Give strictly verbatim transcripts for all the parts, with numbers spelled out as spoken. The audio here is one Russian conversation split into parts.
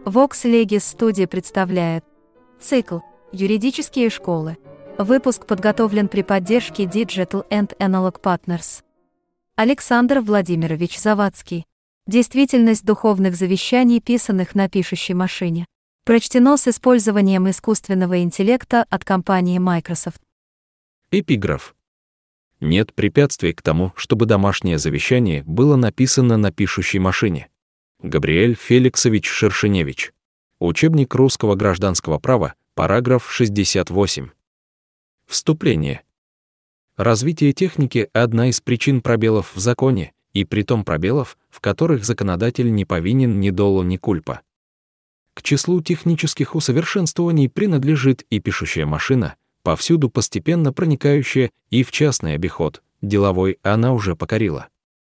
Vox Legis Studio представляет цикл «Юридические школы». Выпуск подготовлен при поддержке Digital and Analog Partners. Александр Владимирович Завадский. Действительность духовных завещаний, писанных на пишущей машине. Прочтено с использованием искусственного интеллекта от компании Microsoft. Эпиграф. Нет препятствий к тому, чтобы домашнее завещание было написано на пишущей машине. Габриэль Феликсович Шершеневич. Учебник русского гражданского права, параграф шестьдесят восемь. Вступление. Развитие техники – одна из причин пробелов в законе, и притом пробелов, в которых законодатель не повинен ни долу, ни кульпа. К числу технических усовершенствований принадлежит и пишущая машина, повсюду постепенно проникающая и в частный обиход, деловой она уже покорила.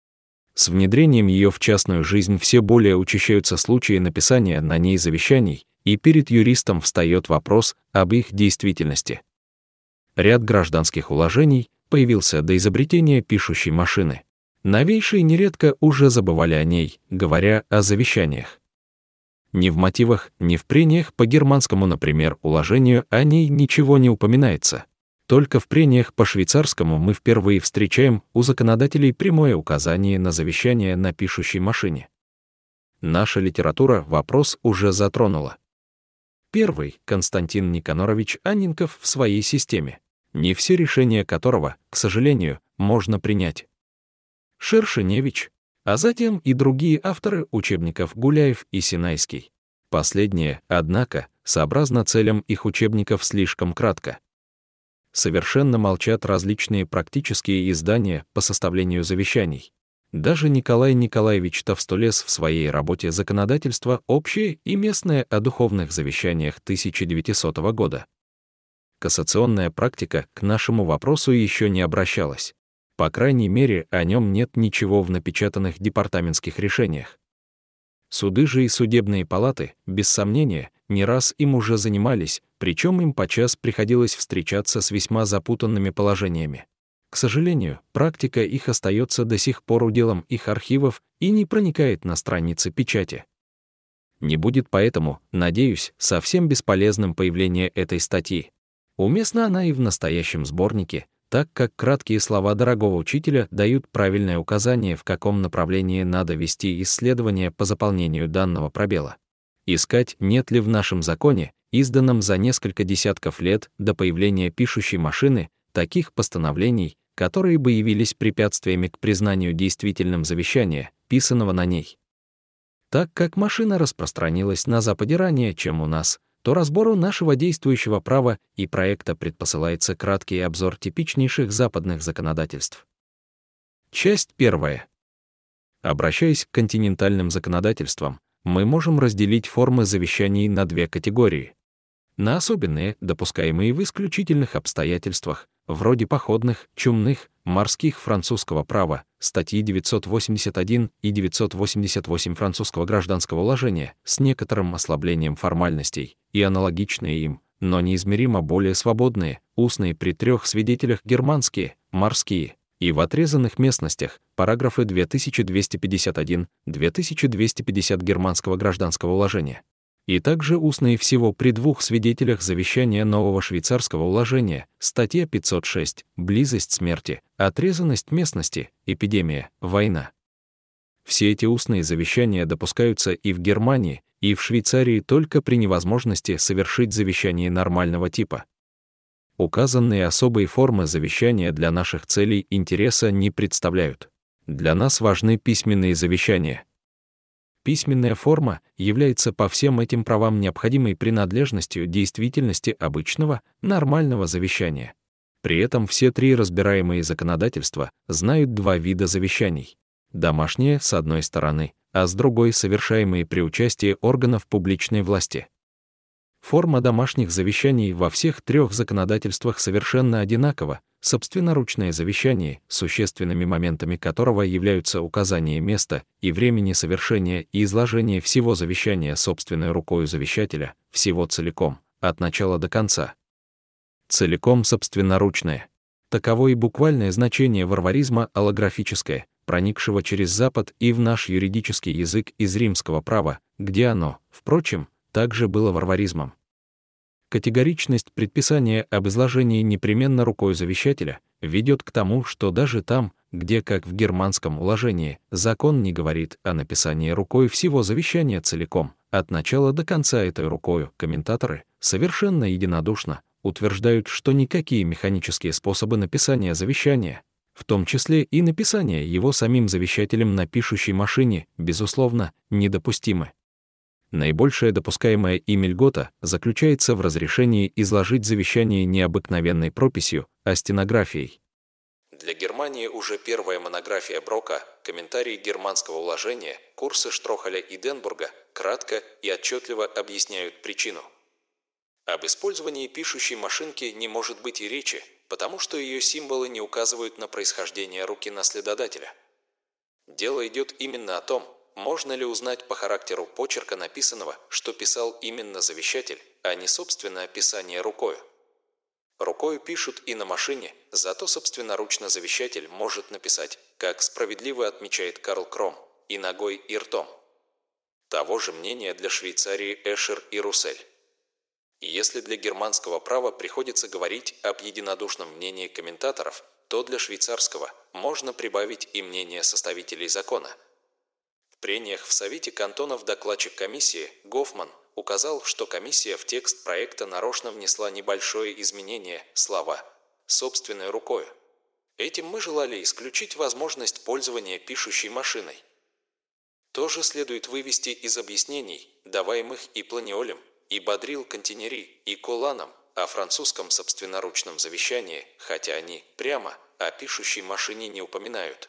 С внедрением ее в частную жизнь все более учащаются случаи написания на ней завещаний, и перед юристом встает вопрос об их действительности. Ряд гражданских уложений появился до изобретения пишущей машины. Новейшие нередко уже забывали о ней, говоря о завещаниях. Ни в мотивах, ни в прениях по германскому, например, уложению о ней ничего не упоминается. Только в прениях по швейцарскому мы впервые встречаем у законодателей прямое указание на завещание на пишущей машине. Наша литература вопрос уже затронула. Первый — Константин Никанорович Анненков в своей системе, не все решения которого, к сожалению, можно принять. Шершеневич, а затем и другие авторы учебников Гуляев и Синайский. Последние, однако, сообразно целям их учебников слишком кратко. Совершенно молчат различные практические издания по составлению завещаний. Даже Николай Николаевич Товстолес в своей работе «Законодательство общее и местное о духовных завещаниях» тысяча девятисотого года. Кассационная практика к нашему вопросу еще не обращалась. По крайней мере, о нем нет ничего в напечатанных департаментских решениях. Суды же и судебные палаты, без сомнения, не раз им уже занимались, причем им подчас приходилось встречаться с весьма запутанными положениями. К сожалению, практика их остается до сих пор уделом их архивов и не проникает на страницы печати. Не будет поэтому, надеюсь, совсем бесполезным появление этой статьи. Уместна она и в настоящем сборнике, так как краткие слова дорогого учителя дают правильное указание, в каком направлении надо вести исследования по заполнению данного пробела. Искать, нет ли в нашем законе, изданном за несколько десятков лет до появления пишущей машины, таких постановлений, которые бы явились препятствиями к признанию действительным завещания, писанного на ней. Так как машина распространилась на Западе ранее, чем у нас, то разбору нашего действующего права и проекта предпосылается краткий обзор типичнейших западных законодательств. Часть первая. Обращаясь к континентальным законодательствам, мы можем разделить формы завещаний на две категории. На особенные, допускаемые в исключительных обстоятельствах, вроде походных, чумных, морских французского права, статьи девятьсот восемьдесят один и девятьсот восемьдесят восемь французского гражданского уложения с некоторым ослаблением формальностей, и аналогичные им, но неизмеримо более свободные, устные при трех свидетелях германские, морские, и в отрезанных местностях, параграфы две тысячи двести пятьдесят один — две тысячи двести пятьдесят германского гражданского уложения. И также устные всего при двух свидетелях завещания нового швейцарского уложения, статья пятьсот шесть, близость смерти, отрезанность местности, эпидемия, война. Все эти устные завещания допускаются и в Германии, и в Швейцарии только при невозможности совершить завещание нормального типа. Указанные особые формы завещания для наших целей интереса не представляют. Для нас важны письменные завещания. Письменная форма является по всем этим правам необходимой принадлежностью действительности обычного, нормального завещания. При этом все три разбираемые законодательства знают два вида завещаний. Домашние, с одной стороны, а с другой — совершаемые при участии органов публичной власти. Форма домашних завещаний во всех трех законодательствах совершенно одинакова. Собственноручное завещание, существенными моментами которого являются указание места и времени совершения и изложение всего завещания собственной рукою завещателя, всего целиком, от начала до конца. Целиком собственноручное. Таково и буквальное значение варваризма аллографическое, проникшего через Запад и в наш юридический язык из римского права, где оно, впрочем, также было варваризмом. Категоричность предписания об изложении непременно рукой завещателя ведет к тому, что даже там, где, как в германском уложении, закон не говорит о написании рукой всего завещания целиком, от начала до конца этой рукою, комментаторы совершенно единодушно утверждают, что никакие механические способы написания завещания, в том числе и написание его самим завещателем на пишущей машине, безусловно, недопустимы. Наибольшая допускаемая ими льгота заключается в разрешении изложить завещание не обыкновенной прописью, а стенографией. Для Германии уже первая монография Брока, комментарии германского уложения, курсы Штрохеля и Денбурга кратко и отчетливо объясняют причину. Об использовании пишущей машинки не может быть и речи, потому что ее символы не указывают на происхождение руки наследодателя. Дело идет именно о том, можно ли узнать по характеру почерка написанного, что писал именно завещатель, а не собственное писание рукою. Рукою пишут и на машине, зато собственноручно завещатель может написать, как справедливо отмечает Карл Кром, и ногой, и ртом. Того же мнения для Швейцарии Эшер и Руссель. Если для германского права приходится говорить об единодушном мнении комментаторов, то для швейцарского можно прибавить и мнение составителей закона. В прениях в Совете кантонов докладчик комиссии Гофман указал, что комиссия в текст проекта нарочно внесла небольшое изменение, слова «собственной рукою». Этим мы желали исключить возможность пользования пишущей машиной. Тоже следует вывести из объяснений, даваемых и Планиолем, и Бодрил Континери, и Коланом о французском собственноручном завещании, хотя они прямо о пишущей машине не упоминают.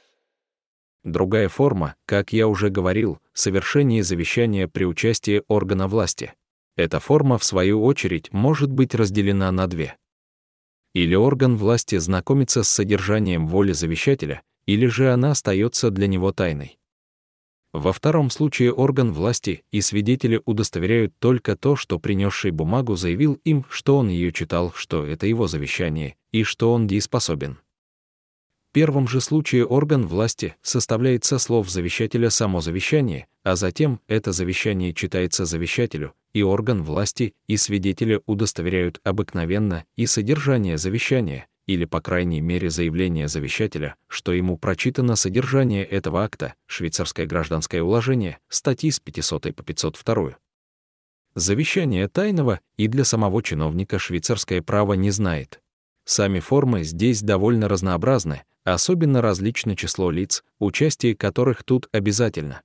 Другая форма, как я уже говорил, совершение завещания при участии органа власти. Эта форма, в свою очередь, может быть разделена на две. Или орган власти знакомится с содержанием воли завещателя, или же она остается для него тайной. Во втором случае орган власти и свидетели удостоверяют только то, что принесший бумагу заявил им, что он ее читал, что это его завещание, и что он дееспособен. В первом же случае орган власти составляет со слов завещателя само завещание, а затем это завещание читается завещателю, и орган власти и свидетели удостоверяют обыкновенно и содержание завещания, или, по крайней мере, заявление завещателя, что ему прочитано содержание этого акта, швейцарское гражданское уложение, статьи с пятисотой по пятьсот вторую. Завещание тайного и для самого чиновника швейцарское право не знает. Сами формы здесь довольно разнообразны, особенно различно число лиц, участие которых тут обязательно.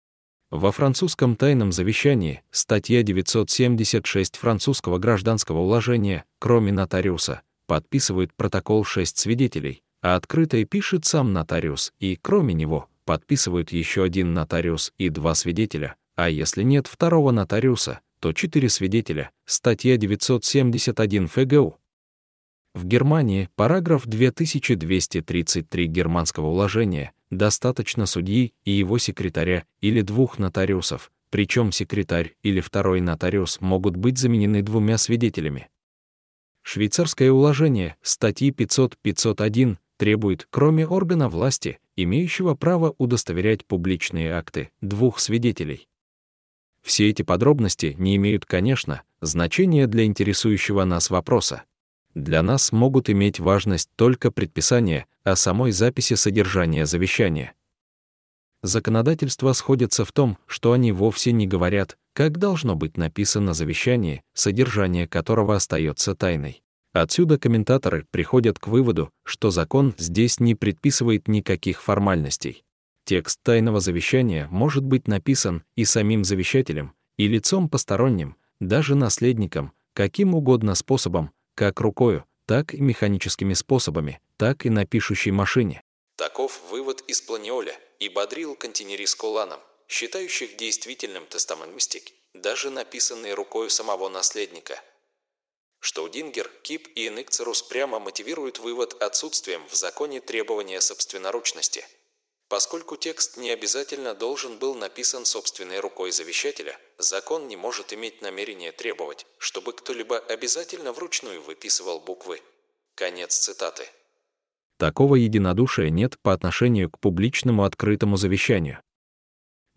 Во французском тайном завещании, статья девятьсот семьдесят шесть французского гражданского уложения, кроме нотариуса, подписывают протокол шесть свидетелей, а открытое пишет сам нотариус, и, кроме него, подписывают еще один нотариус и два свидетеля, а если нет второго нотариуса, то четыре свидетеля, статья девятьсот семьдесят один эф гэ у. В Германии, параграф две тысячи двести тридцать три германского уложения, достаточно судьи и его секретаря или двух нотариусов, причем секретарь или второй нотариус могут быть заменены двумя свидетелями. Швейцарское уложение, статьи пятьсот — пятьсот один, требует, кроме органа власти, имеющего право удостоверять публичные акты, двух свидетелей. Все эти подробности не имеют, конечно, значения для интересующего нас вопроса. Для нас могут иметь важность только предписания о самой записи содержания завещания. Законодательства сходятся в том, что они вовсе не говорят, как должно быть написано завещание, содержание которого остается тайной. Отсюда комментаторы приходят к выводу, что закон здесь не предписывает никаких формальностей. Текст тайного завещания может быть написан и самим завещателем, и лицом посторонним, даже наследником, каким угодно способом, как рукою, так и механическими способами, так и на пишущей машине. Таков вывод из Планиоля и Бодрил Континери с Коланом, считающих действительным тестамент мистик, даже написанный рукою самого наследника. Штаудингер, Кип и Никцерус прямо мотивируют вывод отсутствием в законе требования собственноручности. Поскольку текст не обязательно должен был написан собственной рукой завещателя, закон не может иметь намерения требовать, чтобы кто-либо обязательно вручную выписывал буквы. Конец цитаты. Такого единодушия нет по отношению к публичному открытому завещанию.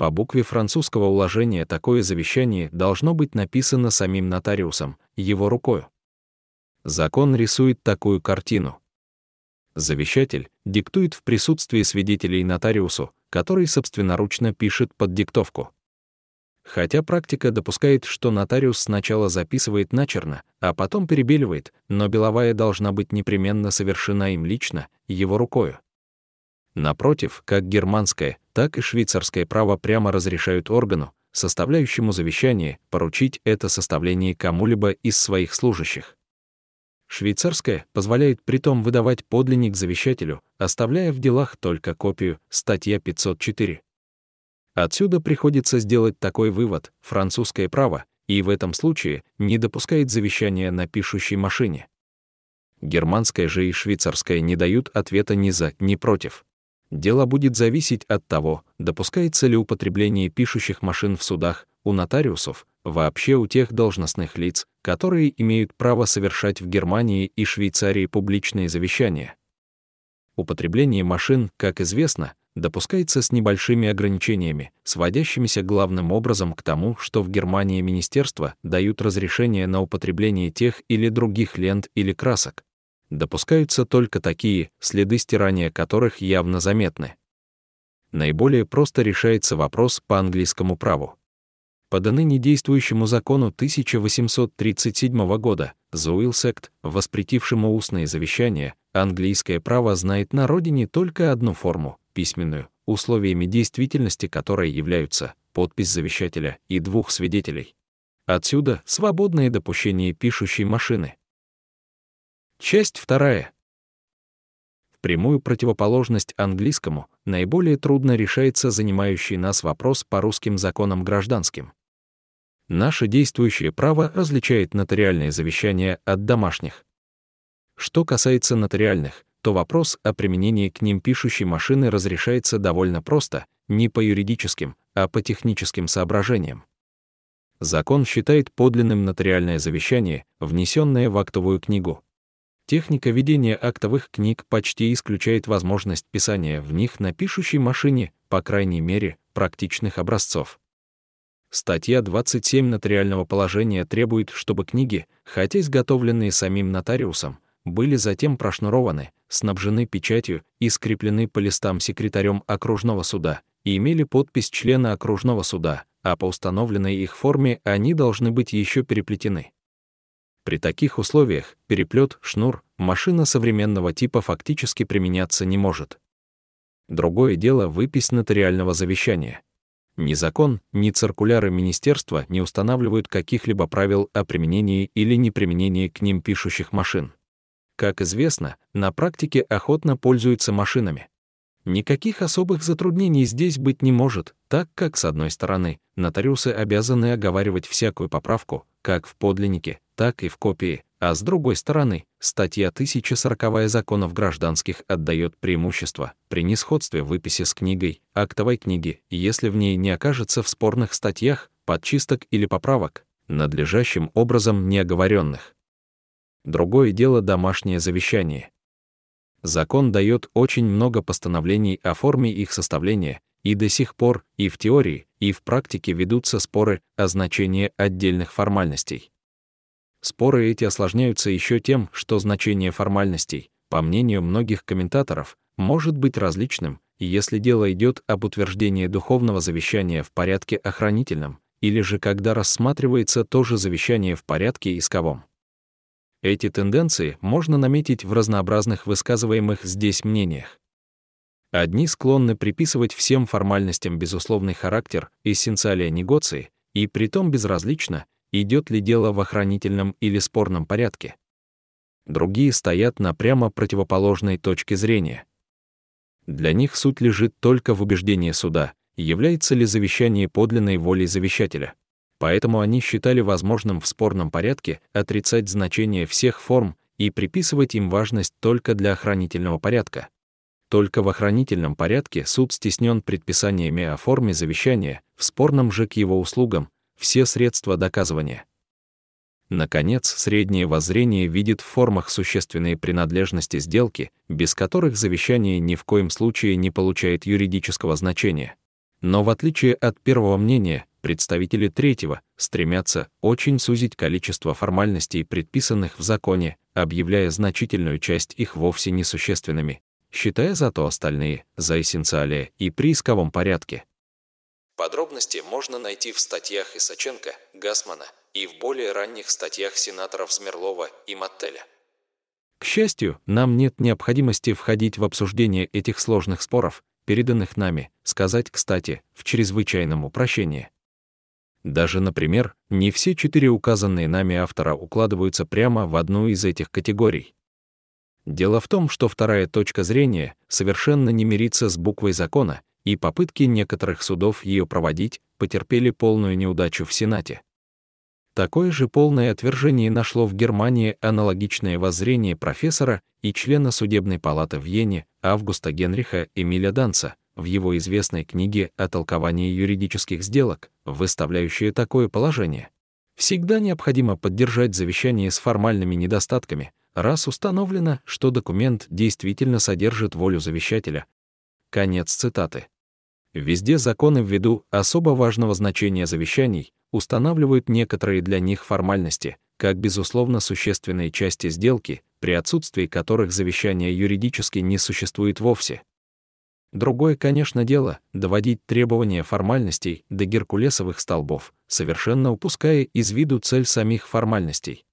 По букве французского уложения такое завещание должно быть написано самим нотариусом, его рукою. Закон рисует такую картину. Завещатель диктует в присутствии свидетелей нотариусу, который собственноручно пишет под диктовку. Хотя практика допускает, что нотариус сначала записывает начерно, а потом перебеливает, но беловая должна быть непременно совершена им лично, его рукою. Напротив, как германское, так и швейцарское право прямо разрешают органу, составляющему завещание, поручить это составление кому-либо из своих служащих. Швейцарское позволяет притом выдавать подлинник завещателю, оставляя в делах только копию, статья пятьсот четыре. Отсюда приходится сделать такой вывод: французское право и в этом случае не допускает завещания на пишущей машине. Германское же и швейцарское не дают ответа ни за, ни против. Дело будет зависеть от того, допускается ли употребление пишущих машин в судах, у нотариусов, вообще у тех должностных лиц, которые имеют право совершать в Германии и Швейцарии публичные завещания. Употребление машин, как известно, допускается с небольшими ограничениями, сводящимися главным образом к тому, что в Германии министерства дают разрешение на употребление тех или других лент или красок. Допускаются только такие, следы стирания которых явно заметны. Наиболее просто решается вопрос по английскому праву. По доныне действующему закону тысяча восемьсот тридцать седьмого года, The Wills Act, воспретившему устные завещания, английское право знает на родине только одну форму — письменную, условиями действительности которой являются подпись завещателя и двух свидетелей. Отсюда свободное допущение пишущей машины. Часть вторая. В прямую противоположность английскому наиболее трудно решается занимающий нас вопрос по русским законам гражданским. Наше действующее право различает нотариальные завещания от домашних. Что касается нотариальных, то вопрос о применении к ним пишущей машины разрешается довольно просто, не по юридическим, а по техническим соображениям. Закон считает подлинным нотариальное завещание, внесенное в актовую книгу. Техника ведения актовых книг почти исключает возможность писания в них на пишущей машине, по крайней мере, практичных образцов. Статья двадцать семь нотариального положения требует, чтобы книги, хотя изготовленные самим нотариусом, были затем прошнурованы, снабжены печатью и скреплены по листам секретарем окружного суда и имели подпись члена окружного суда, а по установленной их форме они должны быть еще переплетены. При таких условиях переплет, шнур, машина современного типа фактически применяться не может. Другое дело выпись нотариального завещания. Ни закон, ни циркуляры министерства не устанавливают каких-либо правил о применении или неприменении к ним пишущих машин. Как известно, на практике охотно пользуются машинами. Никаких особых затруднений здесь быть не может, так как, с одной стороны, нотариусы обязаны оговаривать всякую поправку, как в подлиннике, так и в копии, а с другой стороны, статья тысяча сороковая законов гражданских отдает преимущество при несходстве выписи с книгой, актовой книги, если в ней не окажется в спорных статьях, подчисток или поправок, надлежащим образом неоговоренных. Другое дело домашнее завещание. Закон дает очень много постановлений о форме их составления, и до сих пор и в теории, и в практике ведутся споры о значении отдельных формальностей. Споры эти осложняются еще тем, что значение формальностей, по мнению многих комментаторов, может быть различным, если дело идет об утверждении духовного завещания в порядке охранительном, или же когда рассматривается то же завещание в порядке исковом. Эти тенденции можно наметить в разнообразных высказываемых здесь мнениях. Одни склонны приписывать всем формальностям безусловный характер эссенциалия негоции, и притом безразлично, идет ли дело в охранительном или спорном порядке. Другие стоят на прямо противоположной точке зрения. Для них суть лежит только в убеждении суда, является ли завещание подлинной волей завещателя. Поэтому они считали возможным в спорном порядке отрицать значение всех форм и приписывать им важность только для охранительного порядка. Только в охранительном порядке суд стеснен предписаниями о форме завещания, в спорном же к его услугам все средства доказывания. Наконец, среднее воззрение видит в формах существенные принадлежности сделки, без которых завещание ни в коем случае не получает юридического значения. Но в отличие от первого мнения, представители третьего стремятся очень сузить количество формальностей, предписанных в законе, объявляя значительную часть их вовсе несущественными, считая зато остальные за эссенциалия и при исковом порядке. Подробности можно найти в статьях Исаченко, Гасмана и в более ранних статьях сенаторов Змерлова и Маттеля. К счастью, нам нет необходимости входить в обсуждение этих сложных споров, переданных нами, сказать, кстати, в чрезвычайном упрощении. Даже, например, не все четыре указанные нами автора укладываются прямо в одну из этих категорий. Дело в том, что вторая точка зрения совершенно не мирится с буквой закона, и попытки некоторых судов ее проводить потерпели полную неудачу в Сенате. Такое же полное отвержение нашло в Германии аналогичное воззрение профессора и члена судебной палаты в Йене Августа Генриха Эмиля Данца в его известной книге о толковании юридических сделок, выставляющее такое положение. Всегда необходимо поддержать завещание с формальными недостатками, раз установлено, что документ действительно содержит волю завещателя. Конец цитаты. Везде законы ввиду особо важного значения завещаний устанавливают некоторые для них формальности, как безусловно существенные части сделки, при отсутствии которых завещание юридически не существует вовсе. Другое, конечно, дело — доводить требования формальностей до геркулесовых столбов, совершенно упуская из виду цель самих формальностей.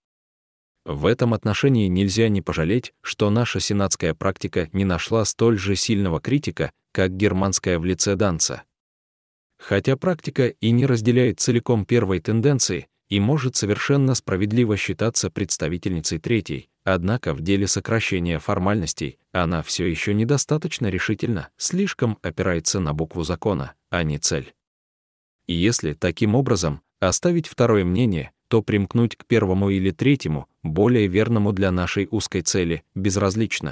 В этом отношении нельзя не пожалеть, что наша сенатская практика не нашла столь же сильного критика, как германская в лице Данца. Хотя практика и не разделяет целиком первой тенденции и может совершенно справедливо считаться представительницей третьей, однако в деле сокращения формальностей она все еще недостаточно решительно, слишком опирается на букву закона, а не цель. И если таким образом оставить второе мнение, то примкнуть к первому или третьему, более верному для нашей узкой цели, безразлично.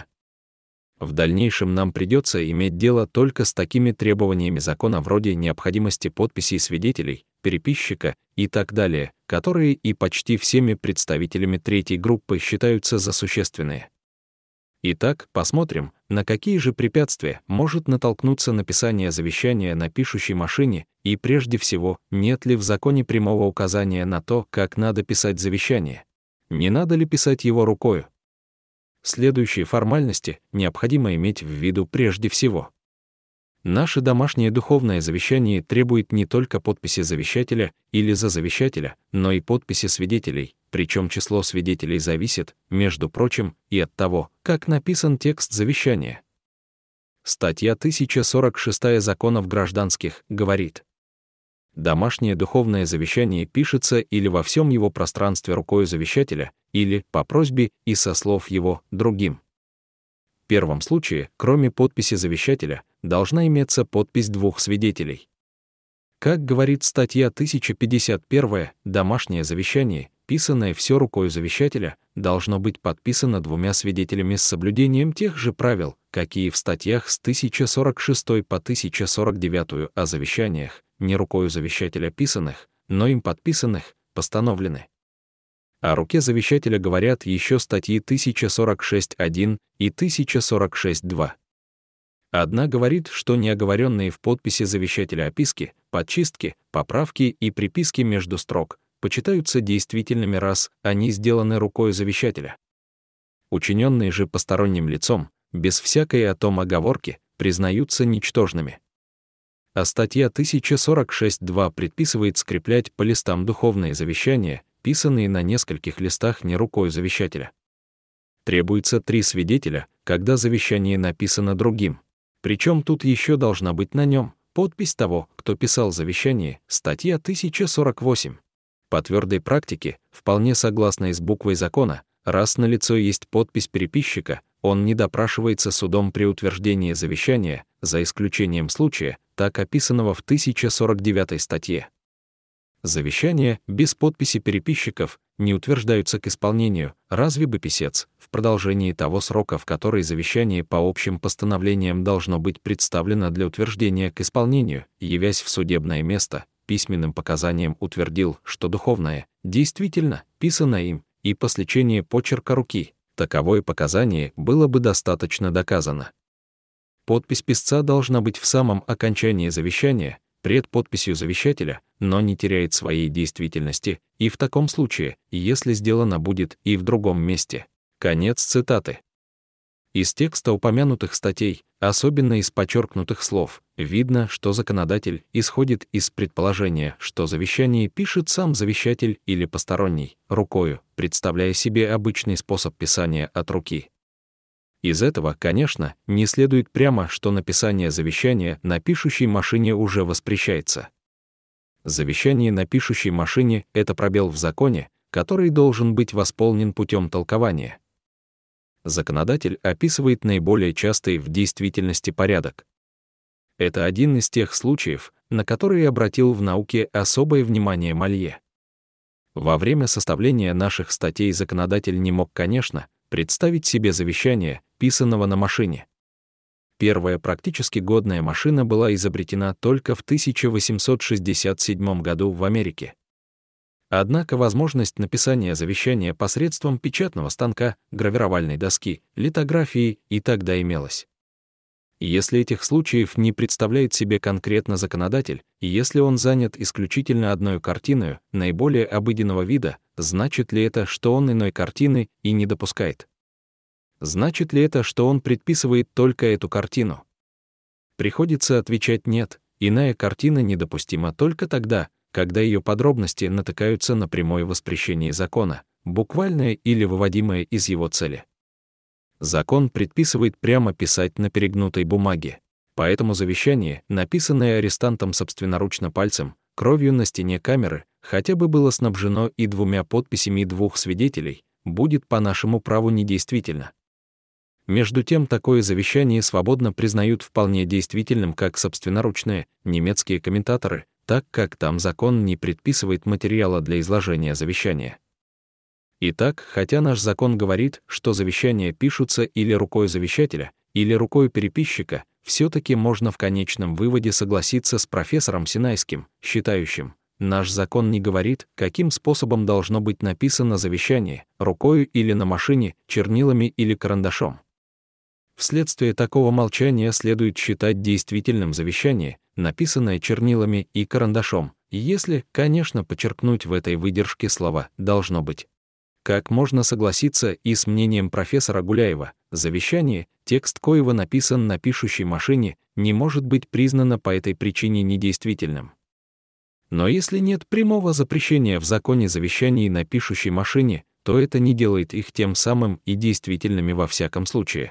В дальнейшем нам придется иметь дело только с такими требованиями закона вроде необходимости подписей свидетелей, переписчика и так далее, которые и почти всеми представителями третьей группы считаются за существенные. Итак, посмотрим, на какие же препятствия может натолкнуться написание завещания на пишущей машине, и прежде всего, нет ли в законе прямого указания на то, как надо писать завещание. Не надо ли писать его рукою? Следующие формальности необходимо иметь в виду прежде всего. Наше домашнее духовное завещание требует не только подписи завещателя или зазавещателя, но и подписи свидетелей, причем число свидетелей зависит, между прочим, и от того, как написан текст завещания. Статья тысяча сорок шесть Законов гражданских говорит: домашнее духовное завещание пишется или во всем его пространстве рукою завещателя, или, по просьбе и со слов его, другим. В первом случае, кроме подписи завещателя, должна иметься подпись двух свидетелей. Как говорит статья тысяча пятьдесят один, домашнее завещание, писанное все рукою завещателя, должно быть подписано двумя свидетелями с соблюдением тех же правил, какие в статьях с тысяча сорок шесть по тысяча сорок девять о завещаниях, не рукою завещателя писанных, но им подписанных, постановлены. О руке завещателя говорят еще статьи тысяча сорок шесть один и тысяча сорок шесть два. Одна говорит, что неоговоренные в подписи завещателя описки, подчистки, поправки и приписки между строк почитаются действительными, раз они сделаны рукой завещателя. Учиненные же посторонним лицом, без всякой о том оговорки, признаются ничтожными. А статья тысяча сорок шесть два предписывает скреплять по листам духовные завещания, писанные на нескольких листах не рукой завещателя. Требуется три свидетеля, когда завещание написано другим. Причем тут еще должна быть на нем подпись того, кто писал завещание, статья тысяча сорок восемь. По твердой практике, вполне согласной с буквой закона, раз налицо есть подпись переписчика, он не допрашивается судом при утверждении завещания, за исключением случая, так описанного в тысяча сорок девятой статье. Завещания без подписи переписчиков не утверждаются к исполнению, разве бы писец, в продолжении того срока, в который завещание по общим постановлениям должно быть представлено для утверждения к исполнению, явясь в судебное место, письменным показанием утвердил, что духовное, действительно, писано им, и по сличении почерка руки, таковое показание было бы достаточно доказано. Подпись писца должна быть в самом окончании завещания, пред подписью завещателя, но не теряет своей действительности, и в таком случае, если сделано будет и в другом месте. Конец цитаты. Из текста упомянутых статей, особенно из подчеркнутых слов, видно, что законодатель исходит из предположения, что завещание пишет сам завещатель или посторонний, рукою, представляя себе обычный способ писания от руки. Из этого, конечно, не следует прямо, что написание завещания на пишущей машине уже воспрещается. Завещание на пишущей машине — это пробел в законе, который должен быть восполнен путем толкования. Законодатель описывает наиболее частый в действительности порядок. Это один из тех случаев, на которые обратил в науке особое внимание Молье. Во время составления наших статей законодатель не мог, конечно, представить себе завещание, писанного на машине. Первая практически годная машина была изобретена только в тысяча восемьсот шестьдесят седьмом году в Америке. Однако возможность написания завещания посредством печатного станка, гравировальной доски, литографии и тогда имелась. Если этих случаев не представляет себе конкретно законодатель, и если он занят исключительно одной картиной наиболее обыденного вида, значит ли это, что он иной картины и не допускает? Значит ли это, что он предписывает только эту картину? Приходится отвечать «нет», иная картина недопустима только тогда, когда ее подробности натыкаются на прямое воспрещение закона, буквальное или выводимое из его цели. Закон предписывает прямо писать на перегнутой бумаге. Поэтому завещание, написанное арестантом собственноручно пальцем, кровью на стене камеры, хотя бы было снабжено и двумя подписями двух свидетелей, будет по нашему праву недействительно. Между тем, такое завещание свободно признают вполне действительным как собственноручные немецкие комментаторы, так как там закон не предписывает материала для изложения завещания. Итак, хотя наш закон говорит, что завещания пишутся или рукой завещателя, или рукой переписчика, все-таки можно в конечном выводе согласиться с профессором Синайским, считающим, наш закон не говорит, каким способом должно быть написано завещание, рукою или на машине, чернилами или карандашом. Вследствие такого молчания следует считать действительным завещание, написанное чернилами и карандашом, если, конечно, подчеркнуть в этой выдержке слова «должно быть». Как можно согласиться и с мнением профессора Гуляева, завещание, текст коего написан на пишущей машине, не может быть признано по этой причине недействительным. Но если нет прямого запрещения в законе завещаний на пишущей машине, то это не делает их тем самым и действительными во всяком случае.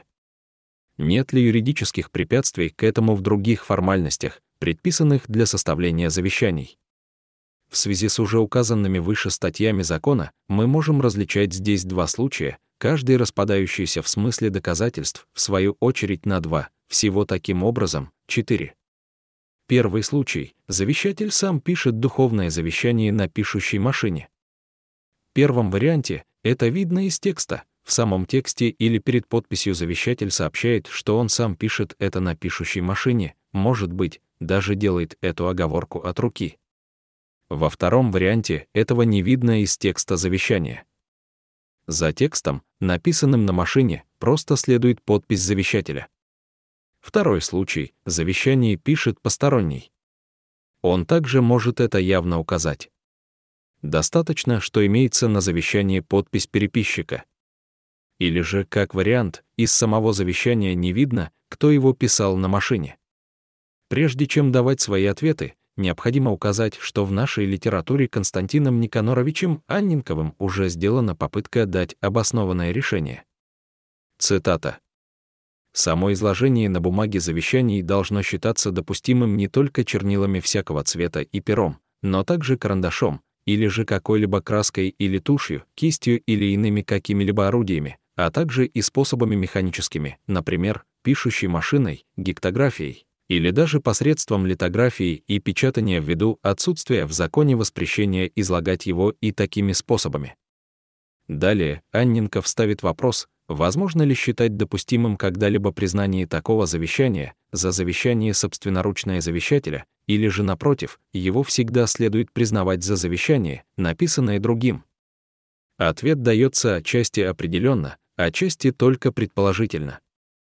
Нет ли юридических препятствий к этому в других формальностях, предписанных для составления завещаний? В связи с уже указанными выше статьями закона мы можем различать здесь два случая, каждый распадающийся в смысле доказательств, в свою очередь на два, всего таким образом, четыре. Первый случай — завещатель сам пишет духовное завещание на пишущей машине. В первом варианте это видно из текста. В самом тексте или перед подписью завещатель сообщает, что он сам пишет это на пишущей машине, может быть, даже делает эту оговорку от руки. Во втором варианте этого не видно из текста завещания. За текстом, написанным на машине, просто следует подпись завещателя. Второй случай — завещание пишет посторонний. Он также может это явно указать. Достаточно, что имеется на завещании подпись переписчика. Или же, как вариант, из самого завещания не видно, кто его писал на машине. Прежде чем давать свои ответы, необходимо указать, что в нашей литературе Константином Никаноровичем Анненковым уже сделана попытка дать обоснованное решение. Цитата. «Само изложение на бумаге завещаний должно считаться допустимым не только чернилами всякого цвета и пером, но также карандашом, или же какой-либо краской или тушью, кистью или иными какими-либо орудиями, а также и способами механическими, например, пишущей машиной, гектографией, или даже посредством литографии и печатания ввиду отсутствия в законе воспрещения излагать его и такими способами». Далее Анненков ставит вопрос, возможно ли считать допустимым когда-либо признание такого завещания за завещание собственноручное завещателя, или же, напротив, его всегда следует признавать за завещание, написанное другим. Ответ дается отчасти определенно, отчасти только предположительно.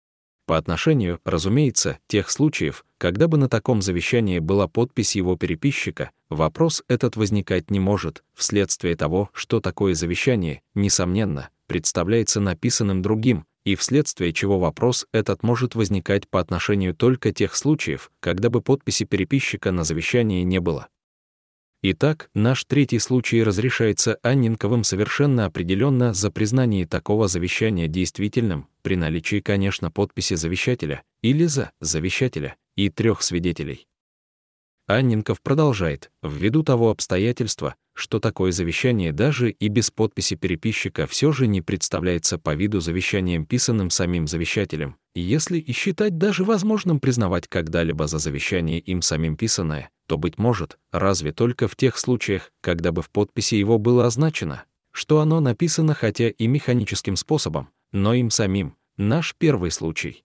По отношению, разумеется, тех случаев, когда бы на таком завещании была подпись его переписчика, вопрос этот возникать не может, вследствие того, что такое завещание, несомненно, представляется написанным другим, и вследствие чего вопрос этот может возникать по отношению только тех случаев, когда бы подписи переписчика на завещании не было. Итак, наш третий случай разрешается Анненковым совершенно определенно за признание такого завещания действительным, при наличии, конечно, подписи завещателя, или за завещателя, и трех свидетелей. Анненков продолжает, ввиду того обстоятельства, что такое завещание даже и без подписи переписчика все же не представляется по виду завещанием, писанным самим завещателем, если и считать даже возможным признавать когда-либо за завещание им самим писанное, то, быть может, разве только в тех случаях, когда бы в подписи его было означено, что оно написано хотя и механическим способом, но им самим, наш первый случай.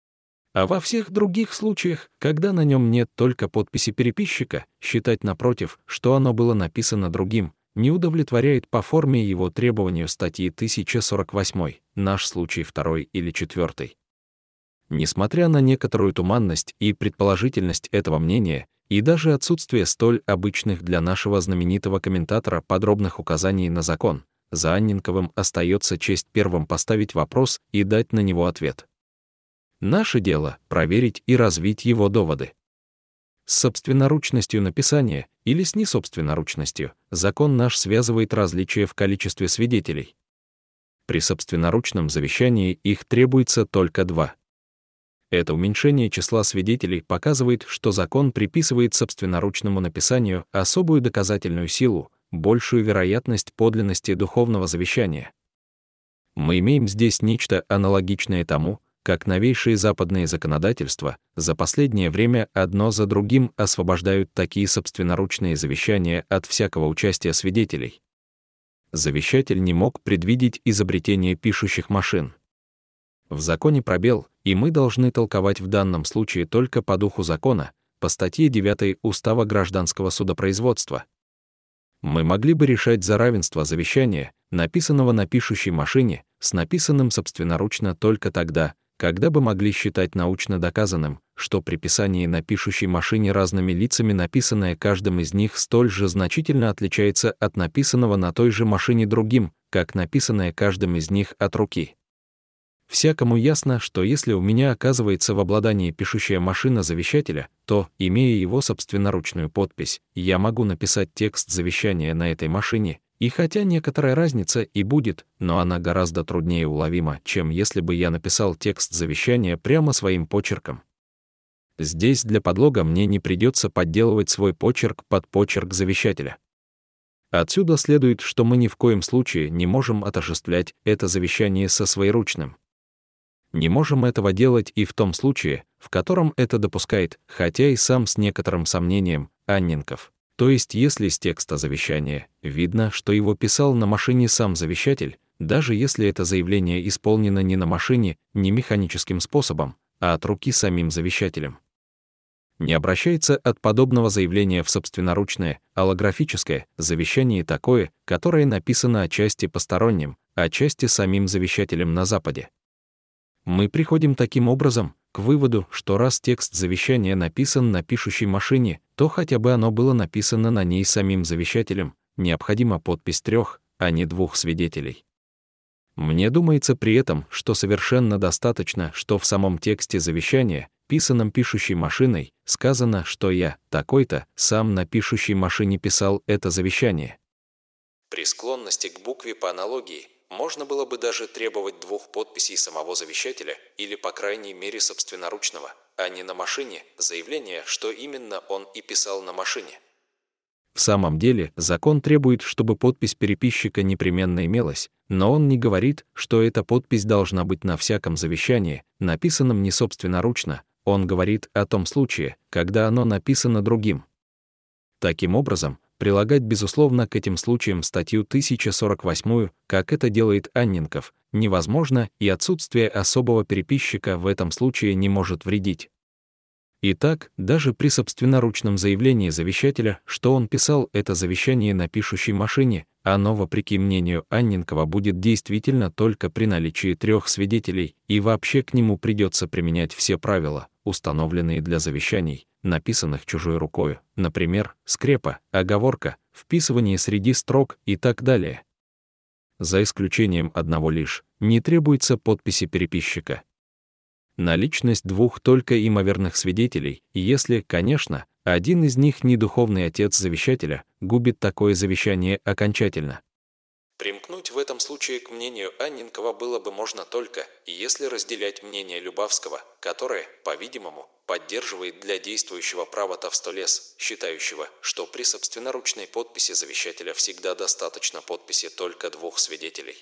А во всех других случаях, когда на нем нет только подписи переписчика, считать, напротив, что оно было написано другим, не удовлетворяет по форме его требованию статьи тысяча сорок восемь, наш случай второй или четвертый. Несмотря на некоторую туманность и предположительность этого мнения, и даже отсутствие столь обычных для нашего знаменитого комментатора подробных указаний на закон, за Анненковым остается честь первым поставить вопрос и дать на него ответ. Наше дело — проверить и развить его доводы. С собственноручностью написания или с несобственноручностью закон наш связывает различия в количестве свидетелей. При собственноручном завещании их требуется только два. Это уменьшение числа свидетелей показывает, что закон приписывает собственноручному написанию особую доказательную силу, большую вероятность подлинности духовного завещания. Мы имеем здесь нечто аналогичное тому, как новейшие западные законодательства за последнее время одно за другим освобождают такие собственноручные завещания от всякого участия свидетелей. Завещатель не мог предвидеть изобретение пишущих машин. В законе пробел, и мы должны толковать в данном случае только по духу закона, по статье девятой Устава гражданского судопроизводства. Мы могли бы решать за равенство завещания, написанного на пишущей машине, с написанным собственноручно только тогда, когда бы могли считать научно доказанным, что при писании на пишущей машине разными лицами написанное каждым из них столь же значительно отличается от написанного на той же машине другим, как написанное каждым из них от руки. Всякому ясно, что если у меня оказывается в обладании пишущая машина завещателя, то, имея его собственноручную подпись, я могу написать текст завещания на этой машине, и хотя некоторая разница и будет, но она гораздо труднее уловима, чем если бы я написал текст завещания прямо своим почерком. Здесь для подлога мне не придется подделывать свой почерк под почерк завещателя. Отсюда следует, что мы ни в коем случае не можем отождествлять это завещание со своеручным. Не можем этого делать и в том случае, в котором это допускает, хотя и сам с некоторым сомнением, Анненков. То есть если с текста завещания видно, что его писал на машине сам завещатель, даже если это заявление исполнено не на машине, не механическим способом, а от руки самим завещателем. Не обращается от подобного заявления в собственноручное, аллографическое завещание такое, которое написано отчасти посторонним, отчасти самим завещателем на Западе. Мы приходим таким образом к выводу, что раз текст завещания написан на пишущей машине, то хотя бы оно было написано на ней самим завещателем, необходима подпись трех, а не двух свидетелей. Мне думается при этом, что совершенно достаточно, что в самом тексте завещания, писанном пишущей машиной, сказано, что я, такой-то, сам на пишущей машине писал это завещание. При склонности к букве по аналогии, можно было бы даже требовать двух подписей самого завещателя или, по крайней мере, собственноручного, а не на машине, заявление, что именно он и писал на машине. В самом деле, закон требует, чтобы подпись переписчика непременно имелась, но он не говорит, что эта подпись должна быть на всяком завещании, написанном не собственноручно, он говорит о том случае, когда оно написано другим. Таким образом, прилагать, безусловно, к этим случаям статью тысяча сорок восемь, как это делает Анненков, невозможно, и отсутствие особого переписчика в этом случае не может вредить. Итак, даже при собственноручном заявлении завещателя, что он писал это завещание на пишущей машине, оно, вопреки мнению Анненкова, будет действительно только при наличии трех свидетелей, и вообще к нему придется применять все правила, установленные для завещаний, написанных чужой рукою, например, скрепа, оговорка, вписывание среди строк и так далее. За исключением одного лишь, не требуется подписи переписчика. Наличность двух только имоверных свидетелей, если, конечно, один из них не духовный отец завещателя, губит такое завещание окончательно. Примкнуть в этом случае к мнению Анненкова было бы можно только, если разделять мнение Любавского, которое, по-видимому, поддерживает для действующего права Товстолес, считающего, что при собственноручной подписи завещателя всегда достаточно подписи только двух свидетелей.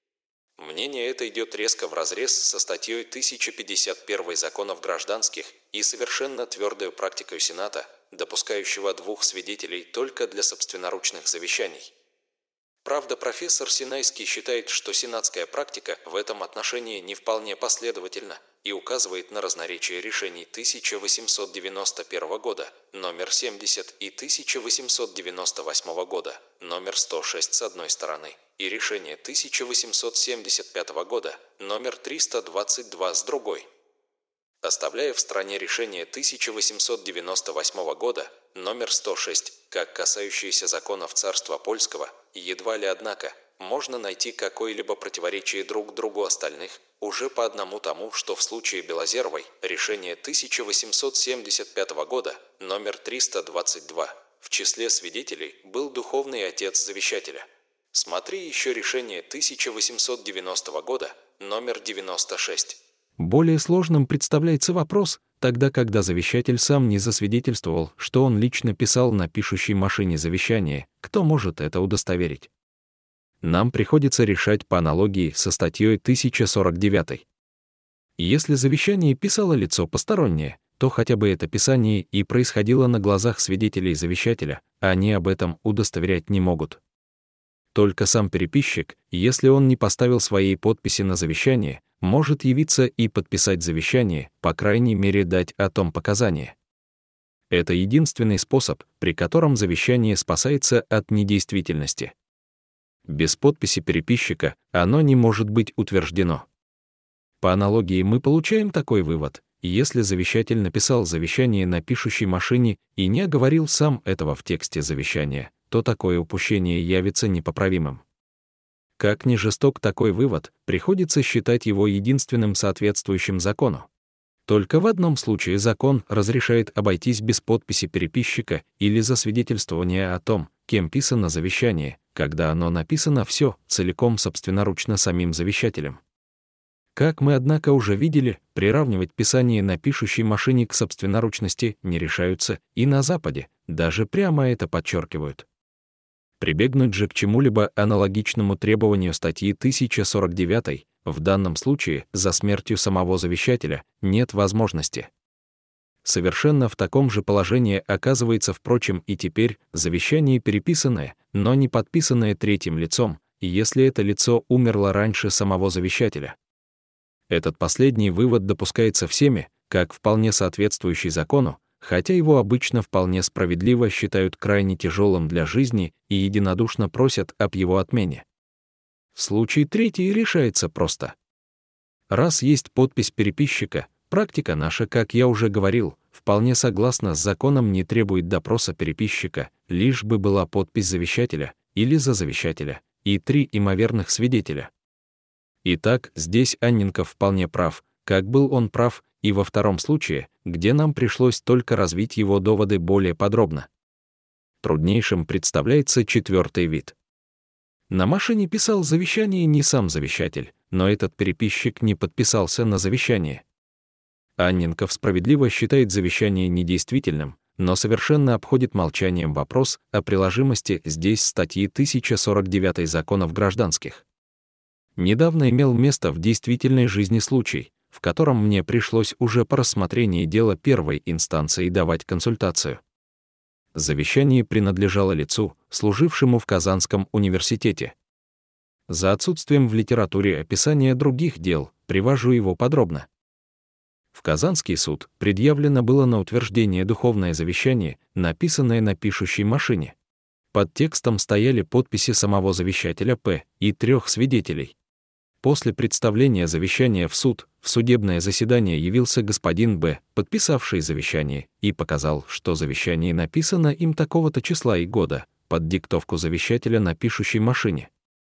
Мнение это идет резко вразрез со статьей тысяча пятьдесят один законов гражданских и совершенно твердой практикой Сената, допускающего двух свидетелей только для собственноручных завещаний. Правда, профессор Синайский считает, что сенатская практика в этом отношении не вполне последовательна и указывает на разноречие решений тысяча восемьсот девяносто первого года, номер семьдесят, и тысяча восемьсот девяносто восьмого года, номер сто шесть с одной стороны, и решение тысяча восемьсот семьдесят пятого года, номер триста двадцать два с другой. Оставляя в стороне решение тысяча восемьсот девяносто восьмого года, номер сто шесть, как касающиеся законов царства польского, едва ли, однако, можно найти какое-либо противоречие друг другу остальных, уже по одному тому, что в случае Белозеровой решение тысяча восемьсот семьдесят пятого года, номер триста двадцать два, в числе свидетелей был духовный отец завещателя. Смотри еще решение тысяча восемьсот девяностого года, номер девяносто шесть. Более сложным представляется вопрос, тогда когда завещатель сам не засвидетельствовал, что он лично писал на пишущей машине завещание, кто может это удостоверить? Нам приходится решать по аналогии со статьей тысяча сорок девять. Если завещание писало лицо постороннее, то хотя бы это писание и происходило на глазах свидетелей завещателя, они об этом удостоверять не могут. Только сам переписчик, если он не поставил своей подписи на завещание, может явиться и подписать завещание, по крайней мере дать о том показания. Это единственный способ, при котором завещание спасается от недействительности. Без подписи переписчика оно не может быть утверждено. По аналогии мы получаем такой вывод: если завещатель написал завещание на пишущей машине и не оговорил сам этого в тексте завещания, то такое упущение явится непоправимым. Как ни жесток такой вывод, приходится считать его единственным соответствующим закону. Только в одном случае закон разрешает обойтись без подписи переписчика или засвидетельствования о том, кем писано завещание, когда оно написано все целиком собственноручно самим завещателем. Как мы, однако, уже видели, приравнивать писание на пишущей машине к собственноручности не решаются и на Западе, даже прямо это подчеркивают. Прибегнуть же к чему-либо аналогичному требованию статьи тысяча сорок девять, в данном случае за смертью самого завещателя, нет возможности. Совершенно в таком же положении оказывается, впрочем, и теперь завещание переписанное, но не подписанное третьим лицом, если это лицо умерло раньше самого завещателя. Этот последний вывод допускается всеми, как вполне соответствующий закону, хотя его обычно вполне справедливо считают крайне тяжелым для жизни и единодушно просят об его отмене. Случай третий решается просто. Раз есть подпись переписчика, практика наша, как я уже говорил, вполне согласна с законом, не требует допроса переписчика, лишь бы была подпись завещателя или за завещателя и три имоверных свидетеля. Итак, здесь Анненков вполне прав, как был он прав и во втором случае, где нам пришлось только развить его доводы более подробно. Труднейшим представляется четвертый вид. На машине писал завещание не сам завещатель, но этот переписчик не подписался на завещание. Анненков справедливо считает завещание недействительным, но совершенно обходит молчанием вопрос о приложимости здесь статьи тысяча сорок девять законов гражданских. Недавно имел место в действительной жизни случай, в котором мне пришлось уже по рассмотрении дела первой инстанции давать консультацию. Завещание принадлежало лицу, служившему в Казанском университете. За отсутствием в литературе описания других дел, привожу его подробно. В Казанский суд предъявлено было на утверждение духовное завещание, написанное на пишущей машине. Под текстом стояли подписи самого завещателя П. и трех свидетелей. После представления завещания в суд, в судебное заседание явился господин Б., подписавший завещание, и показал, что завещание написано им такого-то числа и года, под диктовку завещателя на пишущей машине.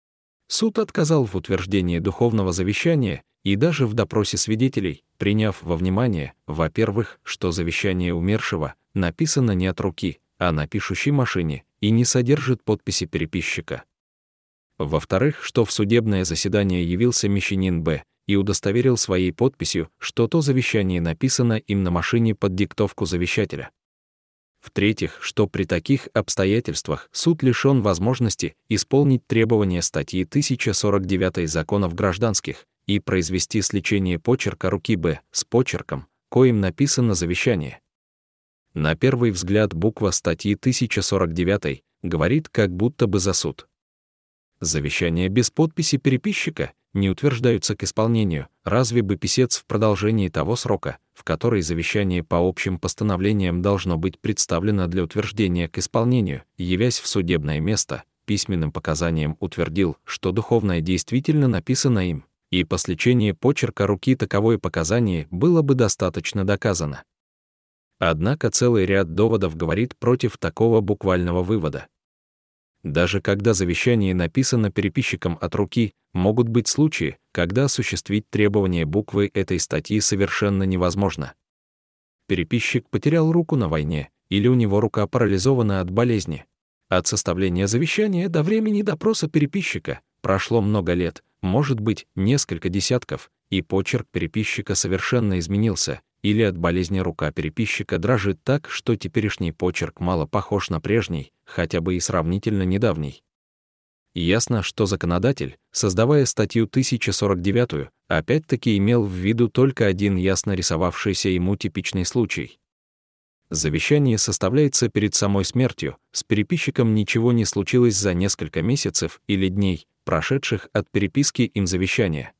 Суд отказал в утверждении духовного завещания и даже в допросе свидетелей, приняв во внимание, во-первых, что завещание умершего написано не от руки, а на пишущей машине и не содержит подписи переписчика. Во-вторых, что в судебное заседание явился мещанин Б. и удостоверил своей подписью, что то завещание написано им на машине под диктовку завещателя. В-третьих, что при таких обстоятельствах суд лишён возможности исполнить требования статьи тысяча сорок девять Законов гражданских и произвести сличение почерка руки Б. с почерком, коим написано завещание. На первый взгляд буква статьи тысяча сорок девять говорит как будто бы за суд. Завещания без подписи переписчика не утверждаются к исполнению, разве бы писец в продолжении того срока, в который завещание по общим постановлениям должно быть представлено для утверждения к исполнению, явясь в судебное место, письменным показанием утвердил, что духовное действительно написано им, и по сличении почерка руки таковое показание было бы достаточно доказано. Однако целый ряд доводов говорит против такого буквального вывода. Даже когда завещание написано переписчиком от руки, могут быть случаи, когда осуществить требования буквы этой статьи совершенно невозможно. Переписчик потерял руку на войне, или у него рука парализована от болезни. От составления завещания до времени допроса переписчика прошло много лет, может быть, несколько десятков, и почерк переписчика совершенно изменился, или от болезни рука переписчика дрожит так, что теперешний почерк мало похож на прежний, хотя бы и сравнительно недавний. Ясно, что законодатель, создавая статью тысяча сорок девять, опять-таки имел в виду только один ясно рисовавшийся ему типичный случай. Завещание составляется перед самой смертью, с переписчиком ничего не случилось за несколько месяцев или дней, прошедших от переписки им завещания.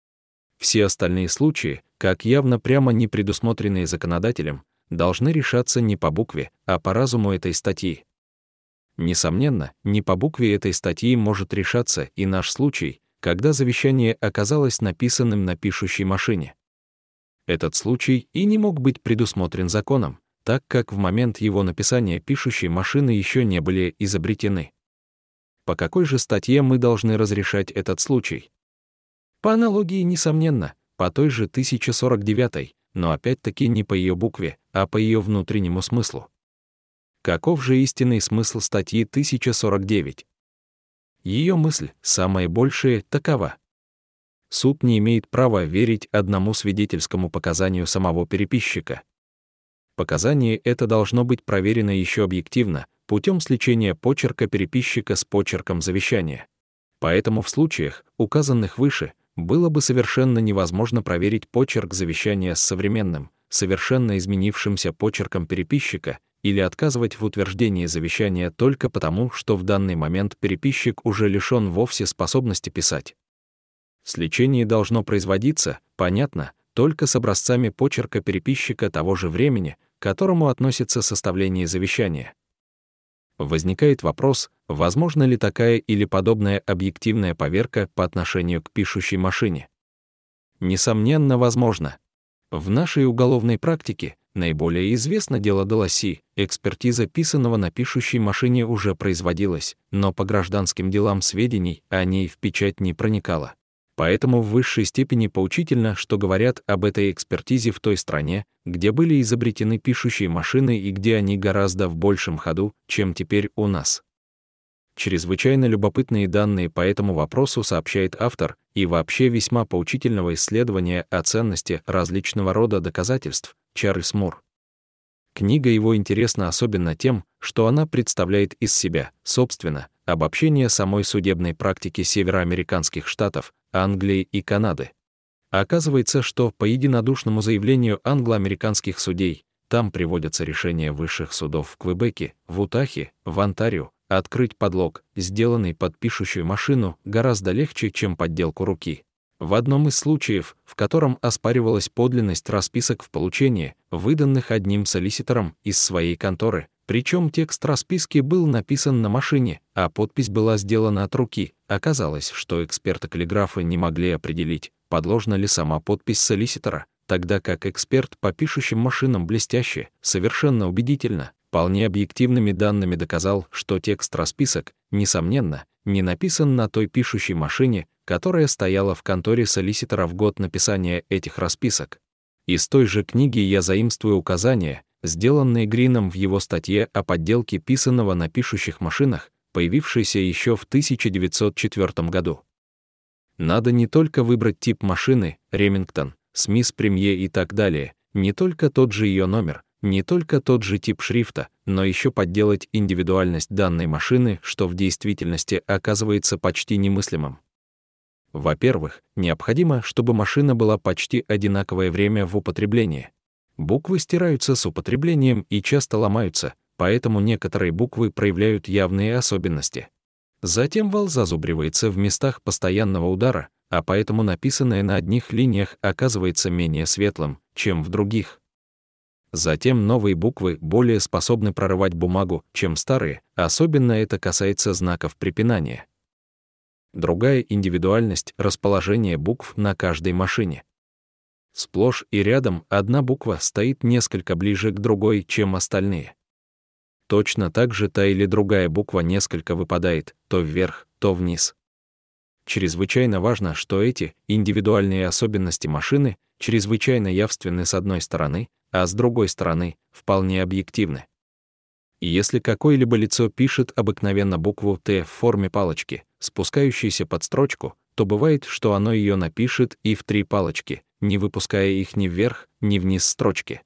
Все остальные случаи, как явно прямо не предусмотренные законодателем, должны решаться не по букве, а по разуму этой статьи. Несомненно, не по букве этой статьи может решаться и наш случай, когда завещание оказалось написанным на пишущей машине. Этот случай и не мог быть предусмотрен законом, так как в момент его написания пишущей машины еще не были изобретены. По какой же статье мы должны разрешать этот случай? По аналогии, несомненно, по той же тысяча сорок девять, но опять-таки не по ее букве, а по ее внутреннему смыслу. Каков же истинный смысл статьи тысяча сорок девять? Ее мысль, самая большая, такова. Суд не имеет права верить одному свидетельскому показанию самого переписчика. Показание это должно быть проверено еще объективно, путем сличения почерка переписчика с почерком завещания. Поэтому в случаях, указанных выше, было бы совершенно невозможно проверить почерк завещания с современным, совершенно изменившимся почерком переписчика или отказывать в утверждении завещания только потому, что в данный момент переписчик уже лишён вовсе способности писать. Сличение должно производиться, понятно, только с образцами почерка переписчика того же времени, к которому относится составление завещания. Возникает вопрос, возможна ли такая или подобная объективная поверка по отношению к пишущей машине. Несомненно, возможно. В нашей уголовной практике наиболее известно дело Деласи, экспертиза писаного на пишущей машине уже производилась, но по гражданским делам сведений о ней в печать не проникало. Поэтому в высшей степени поучительно, что говорят об этой экспертизе в той стране, где были изобретены пишущие машины и где они гораздо в большем ходу, чем теперь у нас. Чрезвычайно любопытные данные по этому вопросу сообщает автор и вообще весьма поучительного исследования о ценности различного рода доказательств Чарльз Мур. Книга его интересна особенно тем, что она представляет из себя, собственно, обобщение самой судебной практики североамериканских штатов, Англии и Канады. Оказывается, что по единодушному заявлению англо-американских судей, там приводятся решения высших судов в Квебеке, в Утахе, в Онтарио, открыть подлог, сделанный под пишущую машину, гораздо легче, чем подделку руки. В одном из случаев, в котором оспаривалась подлинность расписок в получении, выданных одним солиситором из своей конторы, причем текст расписки был написан на машине, а подпись была сделана от руки, оказалось, что эксперты-каллиграфы не могли определить, подложна ли сама подпись солиситора, тогда как эксперт по пишущим машинам блестяще, совершенно убедительно, вполне объективными данными доказал, что текст расписок, несомненно, не написан на той пишущей машине, которая стояла в конторе солиситора в год написания этих расписок. Из той же книги я заимствую указания, сделанные Грином в его статье о подделке писанного на пишущих машинах, появившейся еще в тысяча девятьсот четвёртом году. Надо не только выбрать тип машины, Ремингтон, Смис Премье и так далее, не только тот же ее номер, не только тот же тип шрифта, но еще подделать индивидуальность данной машины, что в действительности оказывается почти немыслимым. Во-первых, необходимо, чтобы машина была почти одинаковое время в употреблении. Буквы стираются с употреблением и часто ломаются, поэтому некоторые буквы проявляют явные особенности. Затем вал зазубривается в местах постоянного удара, а поэтому написанное на одних линиях оказывается менее светлым, чем в других. Затем новые буквы более способны прорывать бумагу, чем старые, особенно это касается знаков препинания. Другая индивидуальность — расположение букв на каждой машине. Сплошь и рядом одна буква стоит несколько ближе к другой, чем остальные. Точно так же та или другая буква несколько выпадает, то вверх, то вниз. Чрезвычайно важно, что эти индивидуальные особенности машины чрезвычайно явственны с одной стороны, а с другой стороны вполне объективны. И если какое-либо лицо пишет обыкновенно букву «Т» в форме палочки, спускающейся под строчку, то бывает, что оно ее напишет и в три палочки, не выпуская их ни вверх, ни вниз строчки.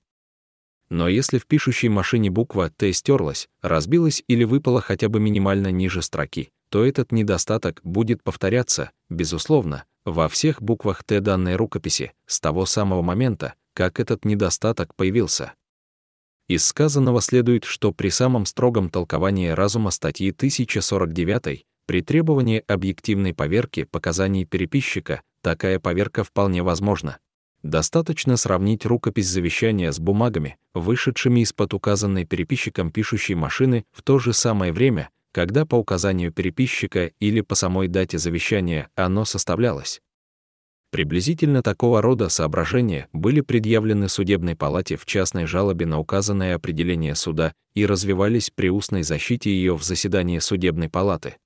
Но если в пишущей машине буква «Т» стерлась, разбилась или выпала хотя бы минимально ниже строки, то этот недостаток будет повторяться, безусловно, во всех буквах «Т» данной рукописи с того самого момента, как этот недостаток появился. Из сказанного следует, что при самом строгом толковании разума статьи тысяча сорок девять, при требовании объективной поверки показаний переписчика, такая поверка вполне возможна. Достаточно сравнить рукопись завещания с бумагами, вышедшими из-под указанной переписчиком пишущей машины в то же самое время, когда по указанию переписчика или по самой дате завещания оно составлялось. Приблизительно такого рода соображения были предъявлены судебной палате в частной жалобе на указанное определение суда и развивались при устной защите ее в заседании судебной палаты.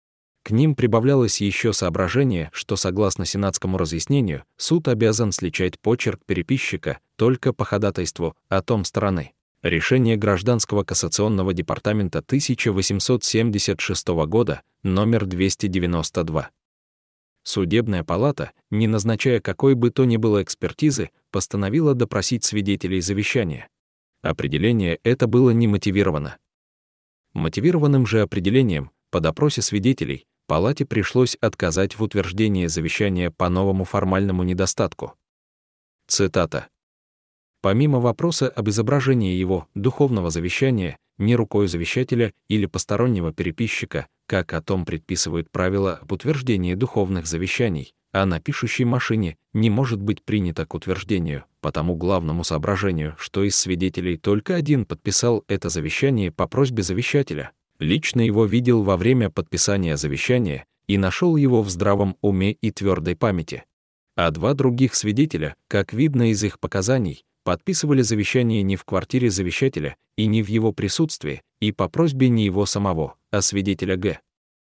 К ним прибавлялось еще соображение, что согласно сенатскому разъяснению суд обязан сличать почерк переписчика только по ходатайству о том стороны. Решение Гражданского кассационного департамента тысяча восемьсот семьдесят шестого года, номер двести девяносто два. Судебная палата, не назначая какой бы то ни было экспертизы, постановила допросить свидетелей завещания. Определение это было не мотивировано. Мотивированным же определением, по допросе свидетелей, палате пришлось отказать в утверждении завещания по новому формальному недостатку. Цитата. Помимо вопроса об изображении его духовного завещания не рукой завещателя или постороннего переписчика, как о том предписывают правила об утверждении духовных завещаний, а на пишущей машине не может быть принято к утверждению, по тому главному соображению, что из свидетелей только один подписал это завещание по просьбе завещателя, лично его видел во время подписания завещания и нашел его в здравом уме и твердой памяти. А два других свидетеля, как видно из их показаний, подписывали завещание не в квартире завещателя и не в его присутствии, и по просьбе не его самого, а свидетеля Г.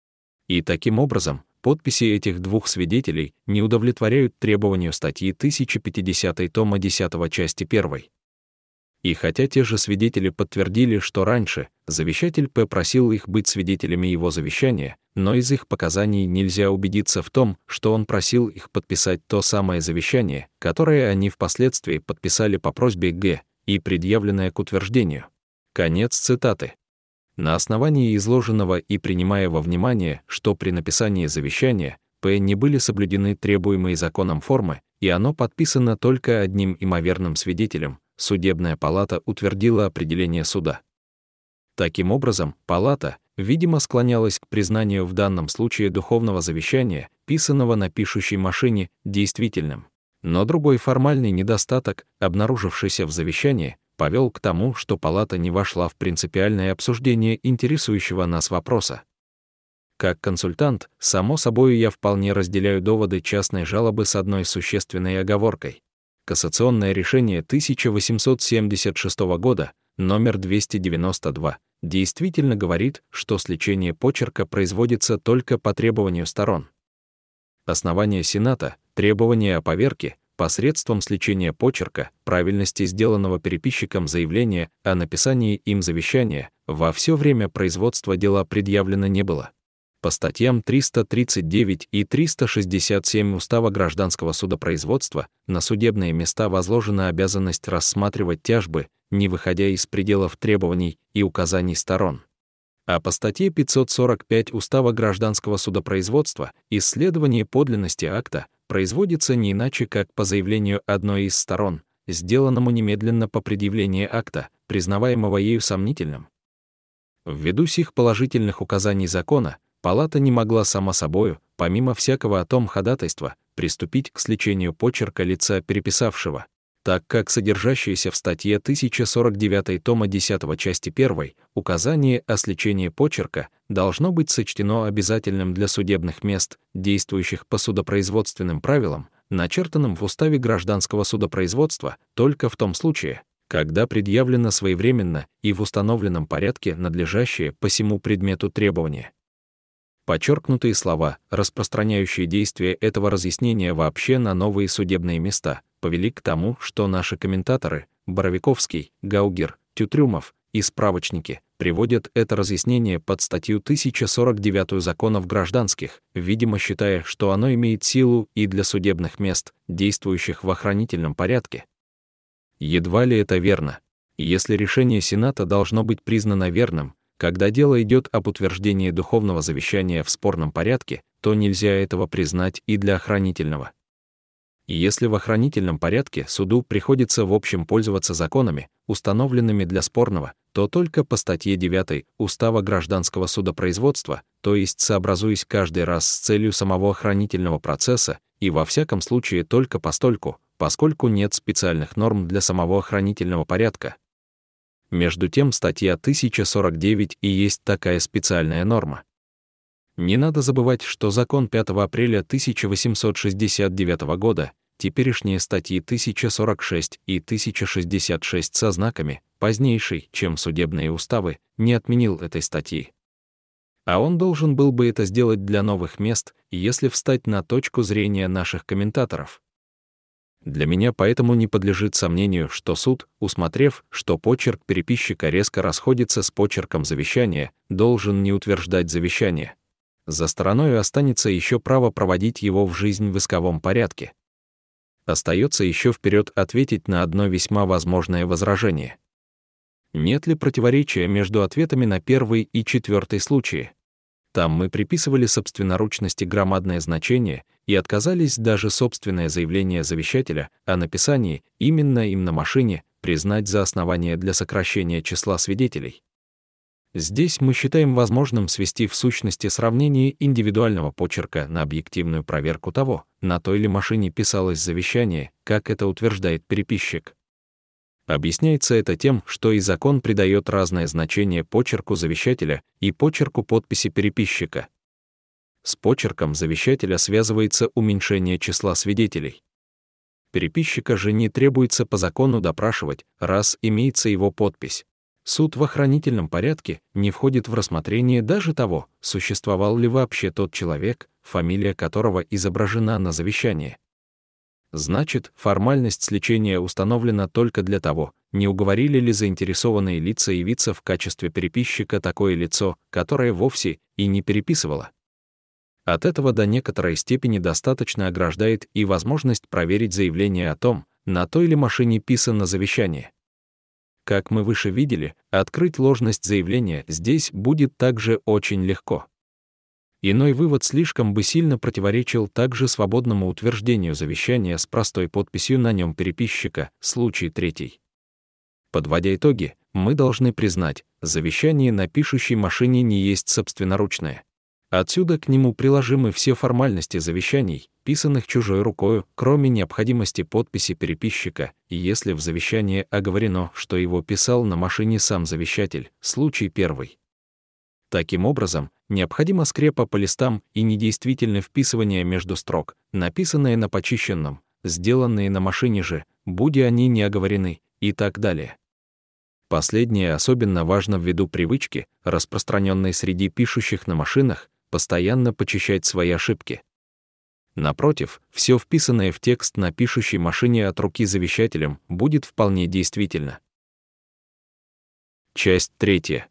И таким образом, подписи этих двух свидетелей не удовлетворяют требованию статьи тысяча пятидесятой тома десятого части первой. И хотя те же свидетели подтвердили, что раньше завещатель П. просил их быть свидетелями его завещания, но из их показаний нельзя убедиться в том, что он просил их подписать то самое завещание, которое они впоследствии подписали по просьбе Г. и предъявленное к утверждению. Конец цитаты. На основании изложенного и принимая во внимание, что при написании завещания П. не были соблюдены требуемые законом формы, и оно подписано только одним имоверным свидетелем, судебная палата утвердила определение суда. Таким образом, палата, видимо, склонялась к признанию в данном случае духовного завещания, писанного на пишущей машине, действительным. Но другой формальный недостаток, обнаружившийся в завещании, повел к тому, что палата не вошла в принципиальное обсуждение интересующего нас вопроса. Как консультант, само собой, я вполне разделяю доводы частной жалобы с одной существенной оговоркой. Кассационное решение тысяча восемьсот семьдесят шестого года, номер двести девяносто два, действительно говорит, что сличение почерка производится только по требованию сторон. Основание Сената, требование о поверке, посредством сличения почерка, правильности сделанного переписчиком заявления о написании им завещания, во все время производства дела предъявлено не было. По статьям триста тридцать девять и триста шестьдесят семь Устава гражданского судопроизводства на судебные места возложена обязанность рассматривать тяжбы, не выходя из пределов требований и указаний сторон. А по статье пятьсот сорок пять Устава гражданского судопроизводства исследование подлинности акта производится не иначе, как по заявлению одной из сторон, сделанному немедленно по предъявлении акта, признаваемого ею сомнительным. Ввиду сих положительных указаний закона, палата не могла сама собою, помимо всякого о том ходатайства, приступить к сличению почерка лица переписавшего, так как содержащееся в статье тысяча сорок девять тома десятого части первой указание о сличении почерка должно быть сочтено обязательным для судебных мест, действующих по судопроизводственным правилам, начертанным в Уставе гражданского судопроизводства, только в том случае, когда предъявлено своевременно и в установленном порядке надлежащее по сему предмету требования. Подчеркнутые слова, распространяющие действие этого разъяснения вообще на новые судебные места, повели к тому, что наши комментаторы Боровиковский, Гаугер, Тютрюмов и справочники приводят это разъяснение под статью тысяча сорок девять Законов гражданских, видимо считая, что оно имеет силу и для судебных мест, действующих в охранительном порядке. Едва ли это верно. Если решение Сената должно быть признано верным, когда дело идет об утверждении духовного завещания в спорном порядке, то нельзя этого признать и для охранительного. И если в охранительном порядке суду приходится в общем пользоваться законами, установленными для спорного, то только по статье девятой Устава гражданского судопроизводства, то есть сообразуясь каждый раз с целью самого охранительного процесса, и во всяком случае только постольку, поскольку нет специальных норм для самого охранительного порядка. Между тем, статья тысяча сорок девять и есть такая специальная норма. Не надо забывать, что закон пятого апреля тысяча восемьсот шестьдесят девятого года, теперешние статьи тысяча сорок шесть и тысяча шестьдесят шесть со знаками, позднейший, чем судебные уставы, не отменил этой статьи. А он должен был бы это сделать для новых мест, если встать на точку зрения наших комментаторов. Для меня поэтому не подлежит сомнению, что суд, усмотрев, что почерк переписчика резко расходится с почерком завещания, должен не утверждать завещание. За стороною останется еще право проводить его в жизнь в исковом порядке. Остается еще вперед ответить на одно весьма возможное возражение. Нет ли противоречия между ответами на первый и четвертый случаи? Там мы приписывали собственноручности громадное значение и отказались даже собственное заявление завещателя о написании именно им на машине признать за основание для сокращения числа свидетелей. Здесь мы считаем возможным свести в сущности сравнение индивидуального почерка на объективную проверку того, на той ли машине писалось завещание, как это утверждает переписчик. Объясняется это тем, что и закон придает разное значение почерку завещателя и почерку подписи переписчика. С почерком завещателя связывается уменьшение числа свидетелей. Переписчика же не требуется по закону допрашивать, раз имеется его подпись. Суд в охранительном порядке не входит в рассмотрение даже того, существовал ли вообще тот человек, фамилия которого изображена на завещании. Значит, формальность сличения установлена только для того, не уговорили ли заинтересованные лица явиться в качестве переписчика такое лицо, которое вовсе и не переписывало. От этого до некоторой степени достаточно ограждает и возможность проверить заявление о том, на той ли машине писано завещание. Как мы выше видели, открыть ложность заявления здесь будет также очень легко. Иной вывод слишком бы сильно противоречил также свободному утверждению завещания с простой подписью на нем переписчика, случай третий. Подводя итоги, мы должны признать, завещание на пишущей машине не есть собственноручное. Отсюда к нему приложимы все формальности завещаний, писанных чужой рукою, кроме необходимости подписи переписчика, если в завещании оговорено, что его писал на машине сам завещатель, случай первый. Таким образом, необходима скрепа по листам и недействительное вписывание между строк, написанное на почищенном, сделанные на машине же, будь они не оговорены, и так далее. Последнее особенно важно ввиду привычки, распространенной среди пишущих на машинах, постоянно почищать свои ошибки. Напротив, все вписанное в текст на пишущей машине от руки завещателем будет вполне действительно. Часть третья.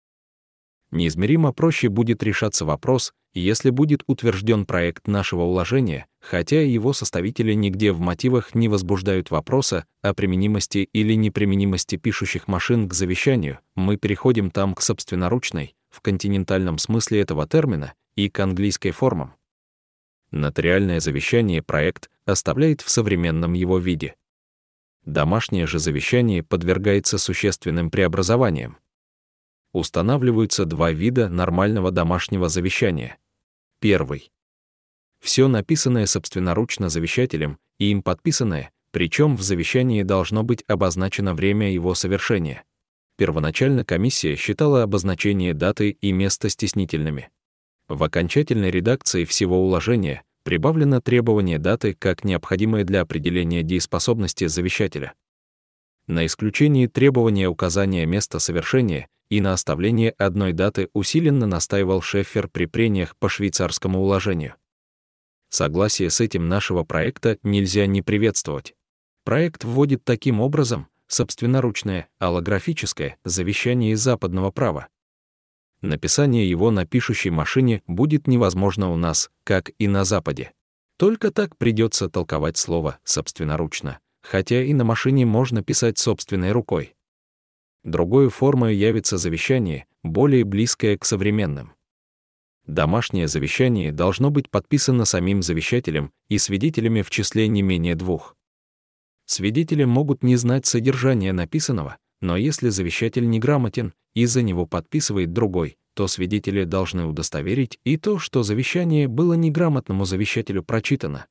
Неизмеримо проще будет решаться вопрос, если будет утвержден проект нашего уложения, хотя его составители нигде в мотивах не возбуждают вопроса о применимости или неприменимости пишущих машин к завещанию, мы переходим там к собственноручной, в континентальном смысле этого термина, и к английской формам. Нотариальное завещание проект оставляет в современном его виде. Домашнее же завещание подвергается существенным преобразованиям. Устанавливаются два вида нормального домашнего завещания. Первый. Все написанное собственноручно завещателем и им подписанное, причем в завещании должно быть обозначено время его совершения. Первоначально комиссия считала обозначение даты и места стеснительными. В окончательной редакции всего уложения прибавлено требование даты как необходимое для определения дееспособности завещателя. На исключении требования указания места совершения и на оставление одной даты усиленно настаивал Шеффер при прениях по швейцарскому уложению. Согласие с этим нашего проекта нельзя не приветствовать. Проект вводит таким образом собственноручное, аллографическое завещание из западного права. Написание его на пишущей машине будет невозможно у нас, как и на Западе. Только так придется толковать слово «собственноручно», хотя и на машине можно писать собственной рукой. Другой формой явится завещание, более близкое к современным. Домашнее завещание должно быть подписано самим завещателем и свидетелями в числе не менее двух. Свидетели могут не знать содержания написанного, но если завещатель неграмотен и за него подписывает другой, то свидетели должны удостоверить и то, что завещание было неграмотному завещателю прочитано.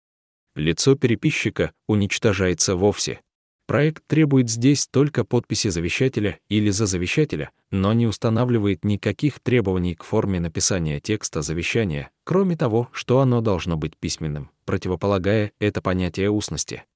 Лицо переписчика уничтожается вовсе. Проект требует здесь только подписи завещателя или за завещателя, но не устанавливает никаких требований к форме написания текста завещания, кроме того, что оно должно быть письменным, противополагая это понятие устности.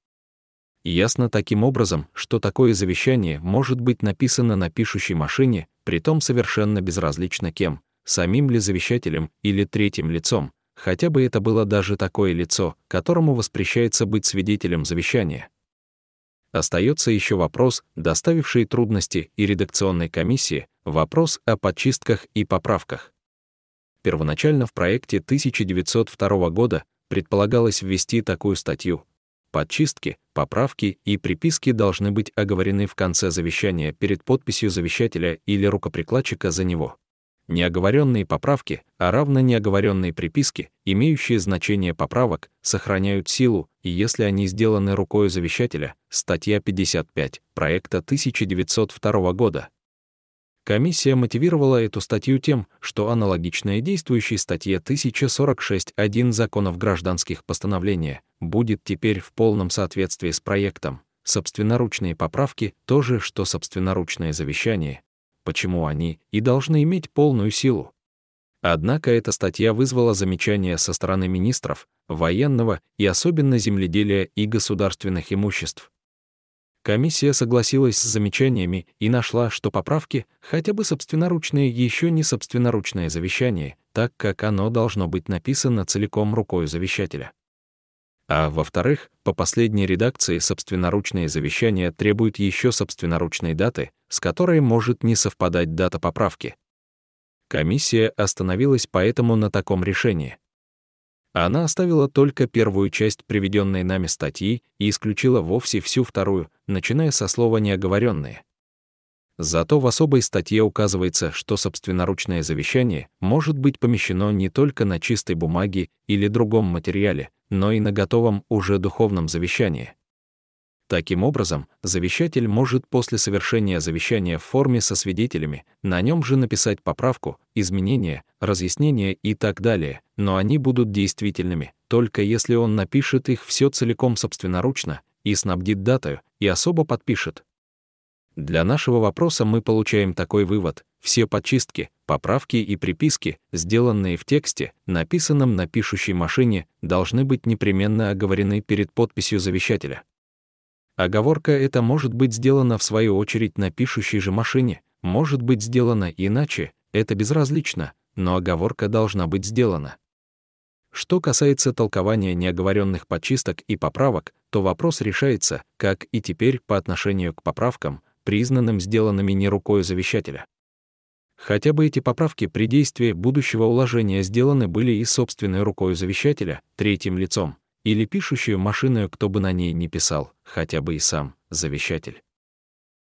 Ясно таким образом, что такое завещание может быть написано на пишущей машине, притом совершенно безразлично кем, самим ли завещателем или третьим лицом, хотя бы это было даже такое лицо, которому воспрещается быть свидетелем завещания. Остается еще вопрос, доставивший трудности и редакционной комиссии, вопрос о подчистках и поправках. Первоначально в проекте тысяча девятьсот второго года предполагалось ввести такую статью: подчистки, поправки и приписки должны быть оговорены в конце завещания перед подписью завещателя или рукоприкладчика за него. Неоговоренные поправки, а равно неоговоренные приписки, имеющие значение поправок, сохраняют силу, и если они сделаны рукой завещателя, статья пятьдесят пять проекта тысяча девятьсот второго года. Комиссия мотивировала эту статью тем, что аналогичная действующей статье тысяча сорок шесть один Законов гражданских постановления будет теперь в полном соответствии с проектом. Собственноручные поправки — то же, что собственноручное завещание, почему они и должны иметь полную силу. Однако эта статья вызвала замечания со стороны министров, военного и особенно земледелия и государственных имуществ. Комиссия согласилась с замечаниями и нашла, что поправки, хотя бы собственноручные, еще не собственноручное завещание, так как оно должно быть написано целиком рукой завещателя. А во-вторых, по последней редакции собственноручное завещание требует еще собственноручной даты, с которой может не совпадать дата поправки. Комиссия остановилась поэтому на таком решении. Она оставила только первую часть приведенной нами статьи и исключила вовсе всю вторую, начиная со слова «неоговоренные». Зато в особой статье указывается, что собственноручное завещание может быть помещено не только на чистой бумаге или другом материале, но и на готовом уже духовном завещании. Таким образом, завещатель может после совершения завещания в форме со свидетелями на нем же написать поправку, изменения, разъяснения и так далее, но они будут действительными, только если он напишет их все целиком собственноручно и снабдит датою, и особо подпишет. Для нашего вопроса мы получаем такой вывод: все подчистки, поправки и приписки, сделанные в тексте, написанном на пишущей машине, должны быть непременно оговорены перед подписью завещателя. Оговорка эта может быть сделана в свою очередь на пишущей же машине, может быть сделана иначе, это безразлично, но оговорка должна быть сделана. Что касается толкования неоговоренных подчисток и поправок, то вопрос решается, как и теперь, по отношению к поправкам, признанным сделанными не рукой завещателя. Хотя бы эти поправки при действии будущего уложения сделаны были и собственной рукой завещателя, третьим лицом, или пишущую машиною, кто бы на ней ни писал, хотя бы и сам завещатель.